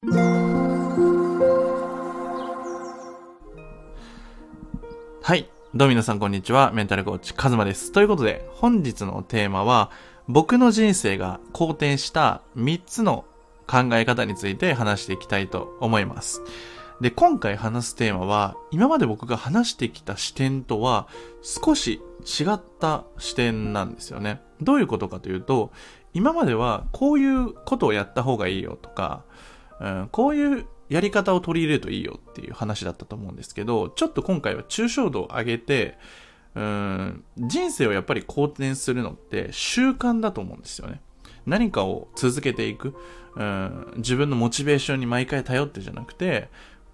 はい。どうも皆さんこんにちは。メンタルコーチカズマです。ということで、本日のテーマは、僕の人生が好転した3つの考え方について話していきたいと思います。で、今回話すテーマは、今まで僕が話してきた視点とは少し違った視点なんですよね。どういうことかというと、今まではこういうことをやった方がいいよとか、こういうやり方を取り入れるといいよっていう話だったと思うんですけど、ちょっと今回は抽象度を上げて、人生をやっぱり好転するのって習慣だと思うんですよね。何かを続けていく、自分のモチベーションに毎回頼ってじゃなくて、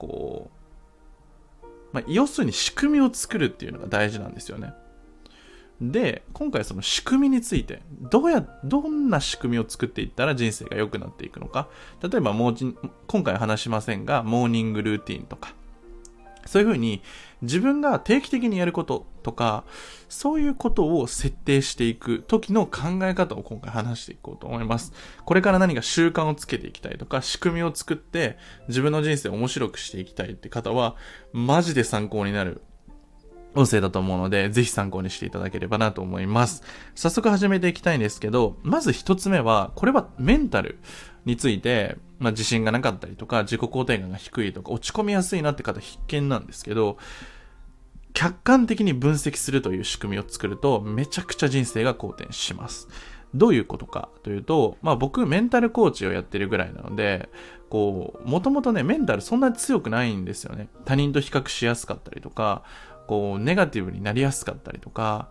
要するに仕組みを作るっていうのが大事なんですよね。で、今回その仕組みについて、どんな仕組みを作っていったら人生が良くなっていくのか。例えば今回は話しませんが、モーニングルーティンとか、そういうふうに自分が定期的にやることとか、そういうことを設定していく時の考え方を今回話していこうと思います。これから何か習慣をつけていきたいとか、仕組みを作って自分の人生を面白くしていきたいって方は、マジで参考になる音声だと思うので、ぜひ参考にしていただければなと思います。早速始めていきたいんですけど、まず一つ目は、これはメンタルについて、自信がなかったりとか、自己肯定感が低いとか、落ち込みやすいなって方必見なんですけど、客観的に分析するという仕組みを作ると、めちゃくちゃ人生が好転します。どういうことかというと、僕メンタルコーチをやってるぐらいなので、もともとね、メンタルそんなに強くないんですよね。他人と比較しやすかったりとか、ネガティブになりやすかったりとか、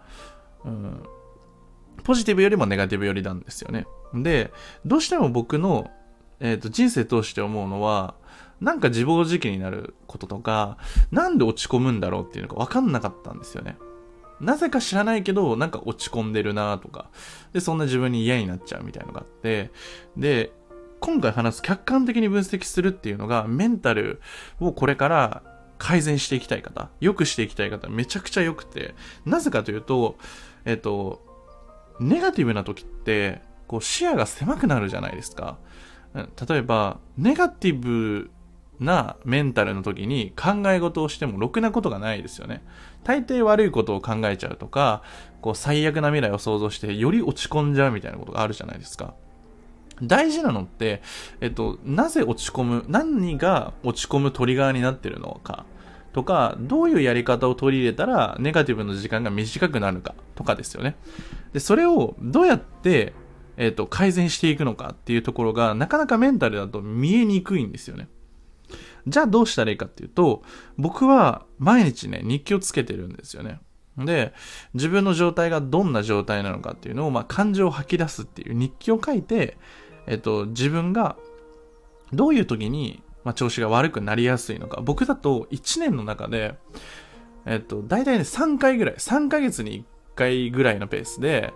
ポジティブよりもネガティブよりなんですよね。で、どうしても僕の、人生通して思うのは、なんか自暴自棄になることとか、なんで落ち込むんだろうっていうのが分かんなかったんですよね。なぜか知らないけど、なんか落ち込んでるなとか、で、そんな自分に嫌になっちゃうみたいなのがあって、で、今回話す客観的に分析するっていうのが、メンタルをこれから改善していきたい方、良くしていきたい方、めちゃくちゃ良くて、なぜかというと、ネガティブな時って、視野が狭くなるじゃないですか。例えば、ネガティブなメンタルの時に考え事をしてもろくなことがないですよね。大抵悪いことを考えちゃうとか、最悪な未来を想像してより落ち込んじゃうみたいなことがあるじゃないですか。大事なのって、なぜ落ち込む、何が落ち込むトリガーになってるのかとか、どういうやり方を取り入れたらネガティブの時間が短くなるかとかですよね。で、それをどうやって、改善していくのかっていうところがなかなかメンタルだと見えにくいんですよね。じゃあどうしたらいいかっていうと、僕は毎日ね、日記をつけてるんですよね。で、自分の状態がどんな状態なのかっていうのを、感情を吐き出すっていう日記を書いて、自分がどういう時に、調子が悪くなりやすいのか。僕だと1年の中で、だいたいね3回ぐらい、3ヶ月に1回ぐらいのペースで、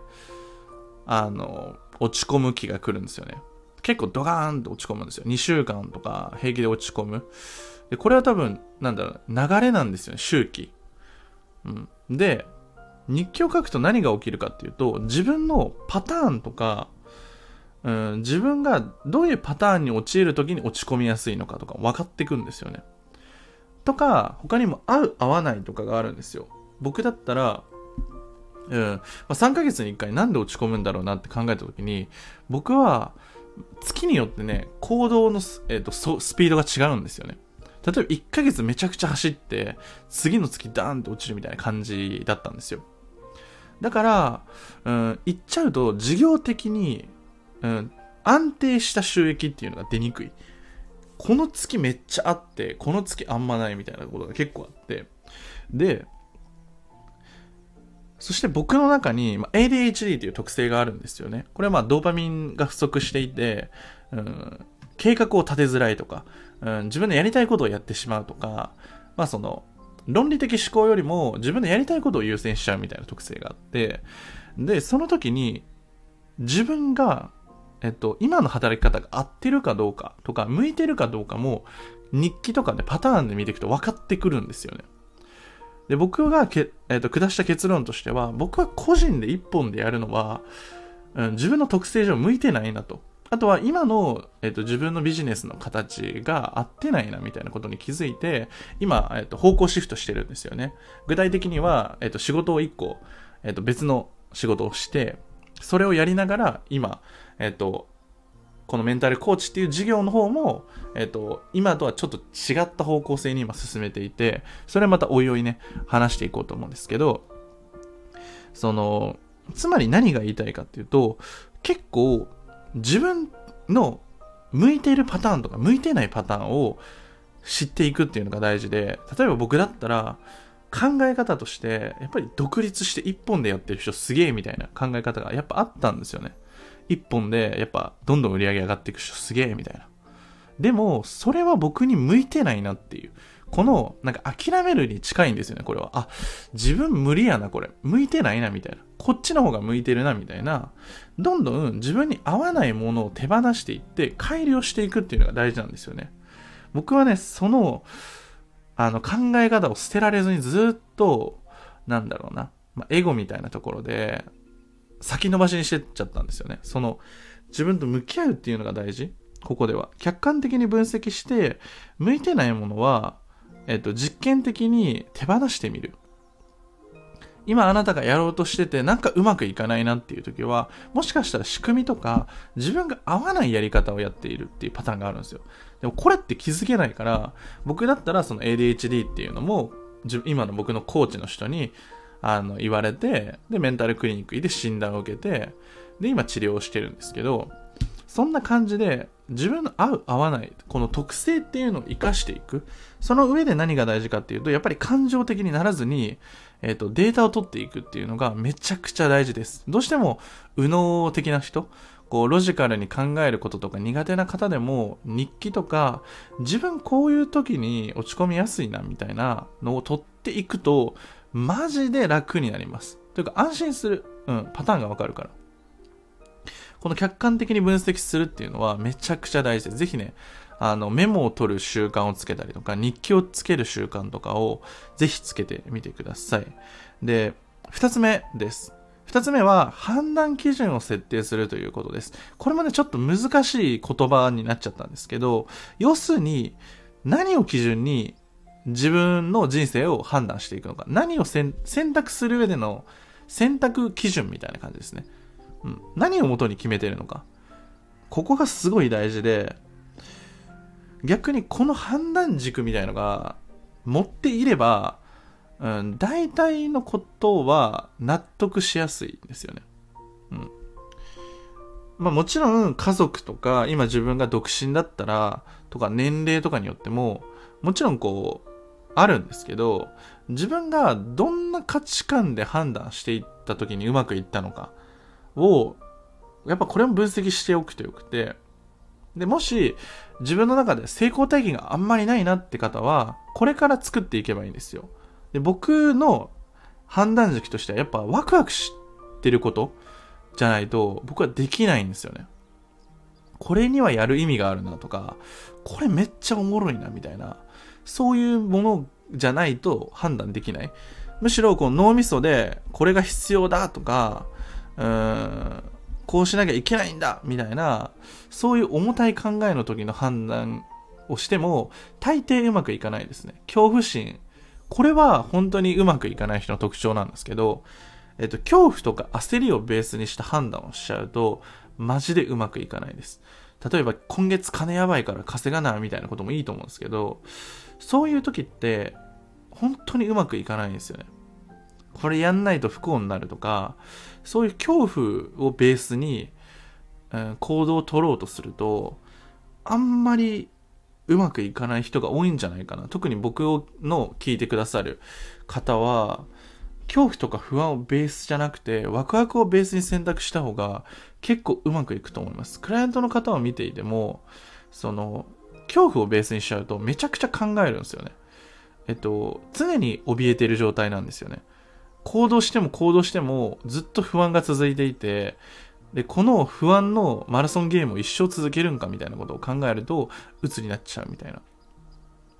落ち込む気が来るんですよね。結構ドガーンと落ち込むんですよ。2週間とか平気で落ち込む。で、これは多分、流れなんですよね、周期。で、日記を書くと何が起きるかっていうと、自分のパターンとか、自分がどういうパターンに陥る時に落ち込みやすいのかとか分かってくんですよね。とか、他にも合う合わないとかがあるんですよ。僕だったら、3ヶ月に1回なんで落ち込むんだろうなって考えた時に、僕は月によってね、行動のスピードが違うんですよね。例えば1ヶ月めちゃくちゃ走って、次の月ダーンと落ちるみたいな感じだったんですよ。だから、言っちゃうと事業的に、安定した収益っていうのが出にくい。この月めっちゃあって、この月あんまないみたいなことが結構あって。で、そして僕の中に、ADHD という特性があるんですよね。これはドーパミンが不足していて、計画を立てづらいとか、自分のやりたいことをやってしまうとか、論理的思考よりも自分のやりたいことを優先しちゃうみたいな特性があって、で、その時に自分が今の働き方が合ってるかどうかとか、向いてるかどうかも、日記とかでパターンで見ていくと分かってくるんですよね。で、僕が下した結論としては、僕は個人で一本でやるのは、自分の特性上向いてないなと。 あとは今の、自分のビジネスの形が合ってないなみたいなことに気づいて、今、方向シフトしてるんですよね。具体的には、仕事を1個、別の仕事をして、それをやりながら、今、このメンタルコーチっていう事業の方も、今とはちょっと違った方向性に今進めていて、それはまたおいおいね、話していこうと思うんですけど、つまり何が言いたいかっていうと、結構自分の向いているパターンとか向いてないパターンを知っていくっていうのが大事で、例えば僕だったら考え方としてやっぱり独立して一本でやってる人すげえみたいな考え方がやっぱあったんですよね。一本でやっぱどんどん売り上げ上がっていく人すげえみたいな。でもそれは僕に向いてないなっていう、このなんか諦めるに近いんですよね。これは自分無理やな、これ向いてないなみたいな、こっちの方が向いてるなみたいな、どんどん自分に合わないものを手放していって改良していくっていうのが大事なんですよね。僕はね、その考え方を捨てられずにずっとなんだろうな、エゴみたいなところで先延ばしにしてっちゃったんですよね。その自分と向き合うっていうのが大事。ここでは客観的に分析して向いてないものは、実験的に手放してみる。今あなたがやろうとしててなんかうまくいかないなっていう時は、もしかしたら仕組みとか自分が合わないやり方をやっているっていうパターンがあるんですよ。でもこれって気づけないから、僕だったらその ADHD っていうのも今の僕のコーチの人に言われて、でメンタルクリニックで診断を受けて、で今治療をしてるんですけど、そんな感じで自分の合う合わないこの特性っていうのを生かしていく。その上で何が大事かっていうと、やっぱり感情的にならずに、データを取っていくっていうのがめちゃくちゃ大事です。どうしても右脳的な人、こうロジカルに考えることとか苦手な方でも、日記とか自分こういう時に落ち込みやすいなみたいなのを取っていくとマジで楽になります。というか安心する、パターンがわかるから。この客観的に分析するっていうのはめちゃくちゃ大事です。ぜひね、メモを取る習慣をつけたりとか、日記をつける習慣とかをぜひつけてみてください。で、二つ目です。二つ目は判断基準を設定するということです。これもね、ちょっと難しい言葉になっちゃったんですけど、要するに何を基準に自分の人生を判断していくのか、何を選択する上での選択基準みたいな感じですね。何を元に決めているのか、ここがすごい大事で、逆にこの判断軸みたいのが持っていれば、大体のことは納得しやすいんですよね。もちろん家族とか今自分が独身だったらとか年齢とかによってももちろんこうあるんですけど、自分がどんな価値観で判断していった時にうまくいったのかをやっぱこれも分析しておくとよくて、でもし自分の中で成功体験があんまりないなって方はこれから作っていけばいいんですよ。で、僕の判断軸としてはやっぱワクワクしてることじゃないと僕はできないんですよね。これにはやる意味があるなとか、これめっちゃおもろいなみたいな、そういうものじゃないと判断できない。むしろこの脳みそでこれが必要だとか、こうしなきゃいけないんだみたいな、そういう重たい考えの時の判断をしても大抵うまくいかないですね。恐怖心、これは本当にうまくいかない人の特徴なんですけど、恐怖とか焦りをベースにした判断をしちゃうとマジでうまくいかないです。例えば今月金やばいから稼がないみたいなこともいいと思うんですけど、そういう時って本当にうまくいかないんですよね。これやんないと不幸になるとか、そういう恐怖をベースに、行動を取ろうとするとあんまりうまくいかない人が多いんじゃないかな。特に僕の聞いてくださる方は恐怖とか不安をベースじゃなくてワクワクをベースに選択した方が結構うまくいくと思います。クライアントの方を見ていても、その恐怖をベースにしちゃうとめちゃくちゃ考えるんですよね。常に怯えている状態なんですよね。行動してもずっと不安が続いていて、でこの不安のマラソンゲームを一生続けるんかみたいなことを考えると鬱になっちゃうみたいな。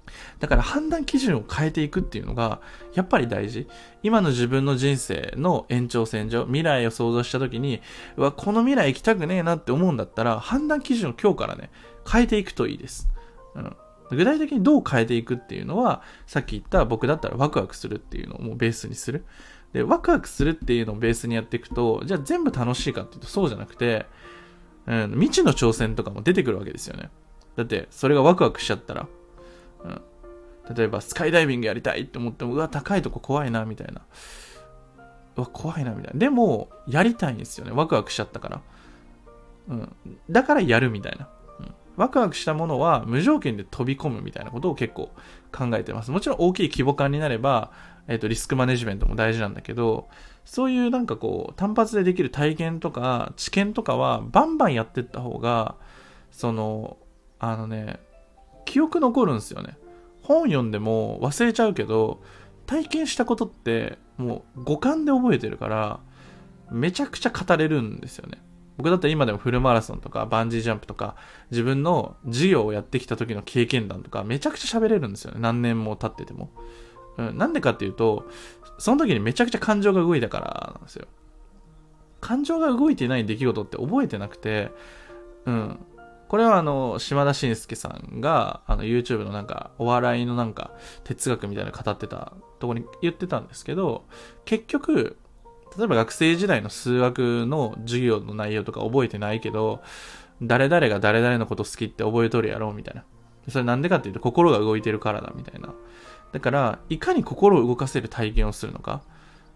だから判断基準を変えていくっていうのが、やっぱり大事。今の自分の人生の延長線上、未来を想像した時に、うわ、この未来行きたくねえなって思うんだったら、判断基準を今日からね、変えていくといいです。具体的にどう変えていくっていうのは、さっき言った僕だったらワクワクするっていうのをもうベースにする。で、ワクワクするっていうのをベースにやっていくと、じゃあ全部楽しいかっていうとそうじゃなくて、未知の挑戦とかも出てくるわけですよね。だって、それがワクワクしちゃったら、例えばスカイダイビングやりたいって思っても、うわ、高いとこ怖いなみたいな、うわ、怖いなみたいな。でもやりたいんですよね、ワクワクしちゃったから。だからやるみたいな。ワクワクしたものは無条件で飛び込むみたいなことを結構考えてます。もちろん大きい規模感になれば、リスクマネジメントも大事なんだけど、そういうなんかこう単発でできる体験とか知見とかはバンバンやっていった方が、記憶残るんですよね。本読んでも忘れちゃうけど、体験したことってもう五感で覚えてるから、めちゃくちゃ語れるんですよね。僕だったら今でもフルマラソンとかバンジージャンプとか自分の授業をやってきた時の経験談とかめちゃくちゃ喋れるんですよね。何年も経ってても。なんでかっていうと、その時にめちゃくちゃ感情が動いたからなんですよ。感情が動いてない出来事って覚えてなくて、これは島田紳介さんがYouTube のなんかお笑いのなんか哲学みたいなの語ってたところに言ってたんですけど、結局例えば学生時代の数学の授業の内容とか覚えてないけど、誰々が誰々のこと好きって覚えとるやろみたいな。それなんでかっていうと心が動いてるからだみたいな。だからいかに心を動かせる体験をするのか、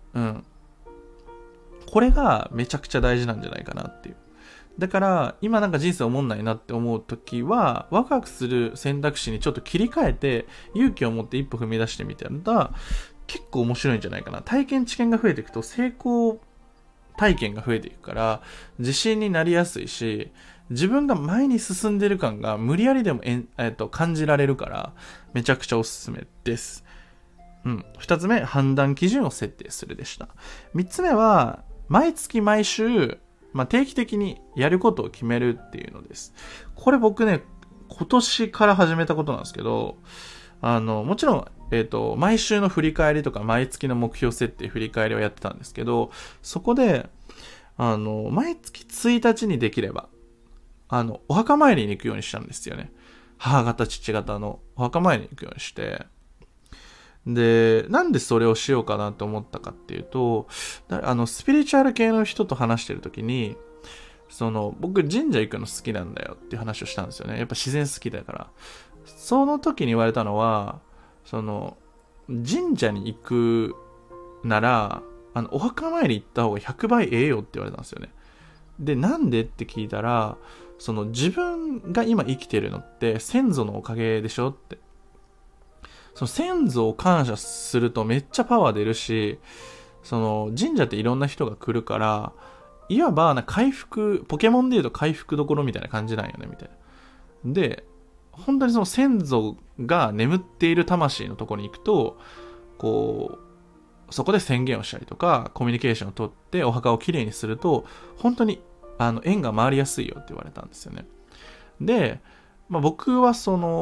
これがめちゃくちゃ大事なんじゃないかなっていう。だから今なんか人生おもんないなって思うときは、ワクワクする選択肢にちょっと切り替えて勇気を持って一歩踏み出してみたら結構面白いんじゃないかな。体験知見が増えていくと成功体験が増えていくから自信になりやすいし、自分が前に進んでる感が無理やりでも感じられるからめちゃくちゃおすすめです。二つ目、判断基準を設定するでした。三つ目は毎月毎週、定期的にやることを決めるっていうのです。これ僕ね、今年から始めたことなんですけど、もちろん毎週の振り返りとか毎月の目標設定振り返りをやってたんですけど、そこで毎月1日にできればお墓参りに行くようにしたんですよね。母方父方のお墓参りに行くようにして、でなんでそれをしようかなと思ったかっていうと、スピリチュアル系の人と話してる時に、僕神社行くの好きなんだよっていう話をしたんですよね。やっぱ自然好きだから。その時に言われたのは、神社に行くならお墓参り行った方が100倍ええよって言われたんですよね。で、なんでって聞いたら、自分が今生きてるのって先祖のおかげでしょって。その先祖を感謝するとめっちゃパワー出るし、神社っていろんな人が来るから、いわば回復、ポケモンでいうと回復どころみたいな感じなんよねみたいな。で、本当にその先祖が眠っている魂のところに行くと、そこで宣言をしたりとかコミュニケーションを取ってお墓をきれいにすると本当に縁が回りやすいよって言われたんですよね。で、僕は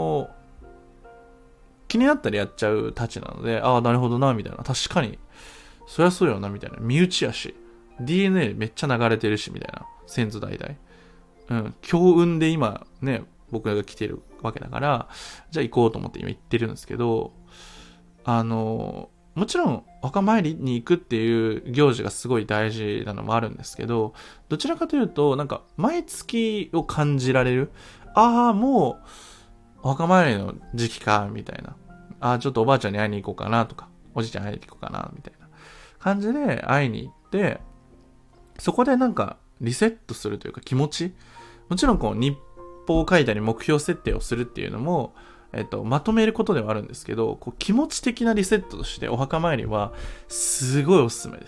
気になったらやっちゃうたちなので、なるほどなみたいな、確かにそりゃそうよなみたいな、身内やし DNA めっちゃ流れてるしみたいな、先祖代々強運で今ね僕が来てるわけだから、じゃあ行こうと思って今行ってるんですけど、もちろんお墓参りに行くっていう行事がすごい大事なのもあるんですけど、どちらかというとなんか毎月を感じられる、もうお墓参りの時期かみたいな、ちょっとおばあちゃんに会いに行こうかなとか、おじいちゃんに会いに行こうかなみたいな感じで会いに行って、そこでなんかリセットするというか気持ち、もちろん日報を書いたり目標設定をするっていうのもまとめることではあるんですけど、気持ち的なリセットとしてお墓参りはすごいおすすめです。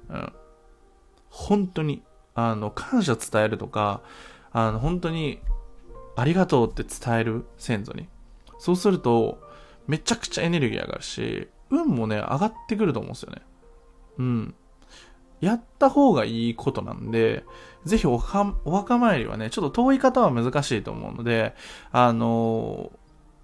本当に感謝伝えるとか、本当にありがとうって伝える先祖に。そうするとめちゃくちゃエネルギー上がるし、運もね上がってくると思うんですよね。やった方がいいことなんで、ぜひお墓参りはね、ちょっと遠い方は難しいと思うので、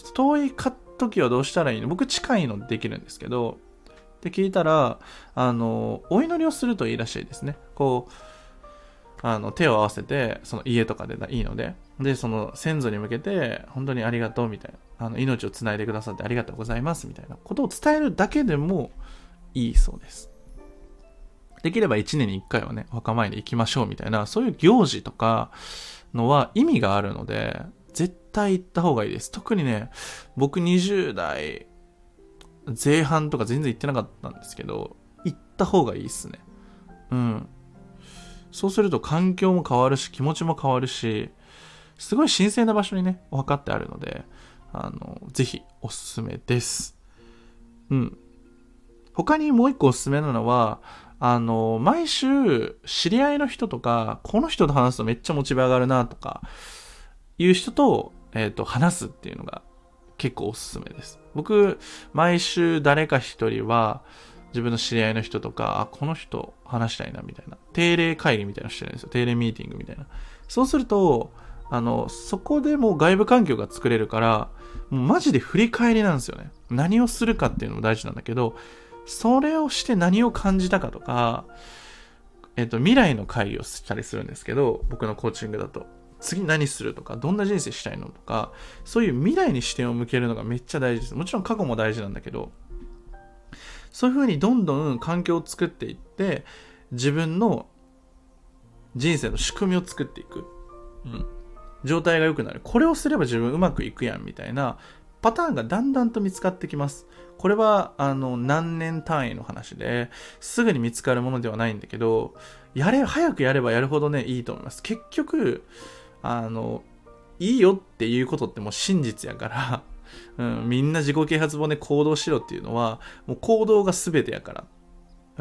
遠い時はどうしたらいいの？僕近いのできるんですけど、って聞いたら、お祈りをするといいらしいですね。こう、手を合わせて、その家とかでいいので、で、その先祖に向けて、本当にありがとうみたいな、命をつないでくださってありがとうございますみたいなことを伝えるだけでもいいそうです。できれば1年に1回はね、お墓参り行きましょうみたいな、そういう行事とかのは意味があるので、絶対行った方がいいです。特にね、僕20代前半とか全然行ってなかったんですけど、行った方がいいっすね。うん。そうすると環境も変わるし、気持ちも変わるし、すごい神聖な場所にね、お墓ってあるので、ぜひおすすめです。うん。他にもう一個おすすめなのは、毎週知り合いの人とか、この人と話すとめっちゃモチベ上がるなとか、いう人と、話すっていうのが結構おすすめです。僕、毎週誰か一人は、自分の知り合いの人とか、この人話したいなみたいな。定例会議みたいなのしてるんですよ。定例ミーティングみたいな。そうすると、そこでもう外部環境が作れるから、もうマジで振り返りなんですよね。何をするかっていうのも大事なんだけど、それをして何を感じたかとか、未来の会議をしたりするんですけど、僕のコーチングだと。次何するとか、どんな人生したいのとか、そういう未来に視点を向けるのがめっちゃ大事です。もちろん過去も大事なんだけど、そういう風にどんどん環境を作っていって、自分の人生の仕組みを作っていく。うん。状態が良くなる。これをすれば自分うまくいくやんみたいなパターンがだんだんと見つかってきます。これは何年単位の話ですぐに見つかるものではないんだけど、早くやればやるほどねいいと思います。結局いいよっていうことってもう真実やから、みんな自己啓発本で行動しろっていうのはもう行動が全てやから、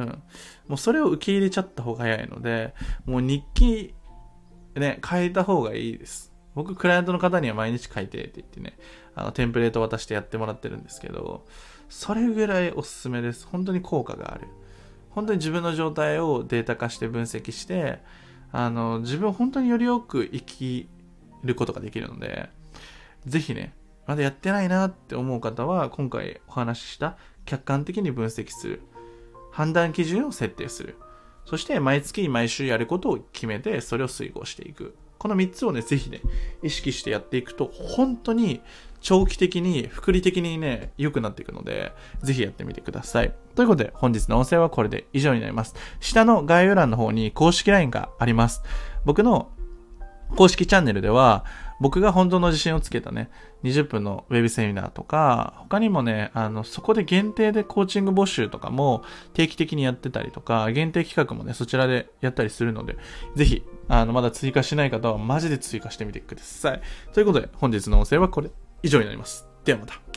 もうそれを受け入れちゃった方が早いので、もう日記ね変えた方がいいです。僕クライアントの方には毎日書いてって言ってね、テンプレート渡してやってもらってるんですけど、それぐらいおすすめです。本当に効果がある。本当に自分の状態をデータ化して分析して、自分を本当によりよく生きることができるので、ぜひね、まだやってないなって思う方は、今回お話しした客観的に分析する。判断基準を設定する。そして毎月毎週やることを決めて、それを遂行していく。この3つをね、ぜひね、意識してやっていくと、本当に長期的に、複利的にね、良くなっていくので、ぜひやってみてください。ということで、本日の音声はこれで以上になります。下の概要欄の方に公式 LINE があります。僕の公式チャンネルでは、僕が本当の自信をつけたね、20分のウェブセミナーとか、他にもね、そこで限定でコーチング募集とかも定期的にやってたりとか、限定企画もね、そちらでやったりするので、ぜひ、まだ追加しない方はマジで追加してみてください。ということで、本日の音声はこれ以上になります。ではまた。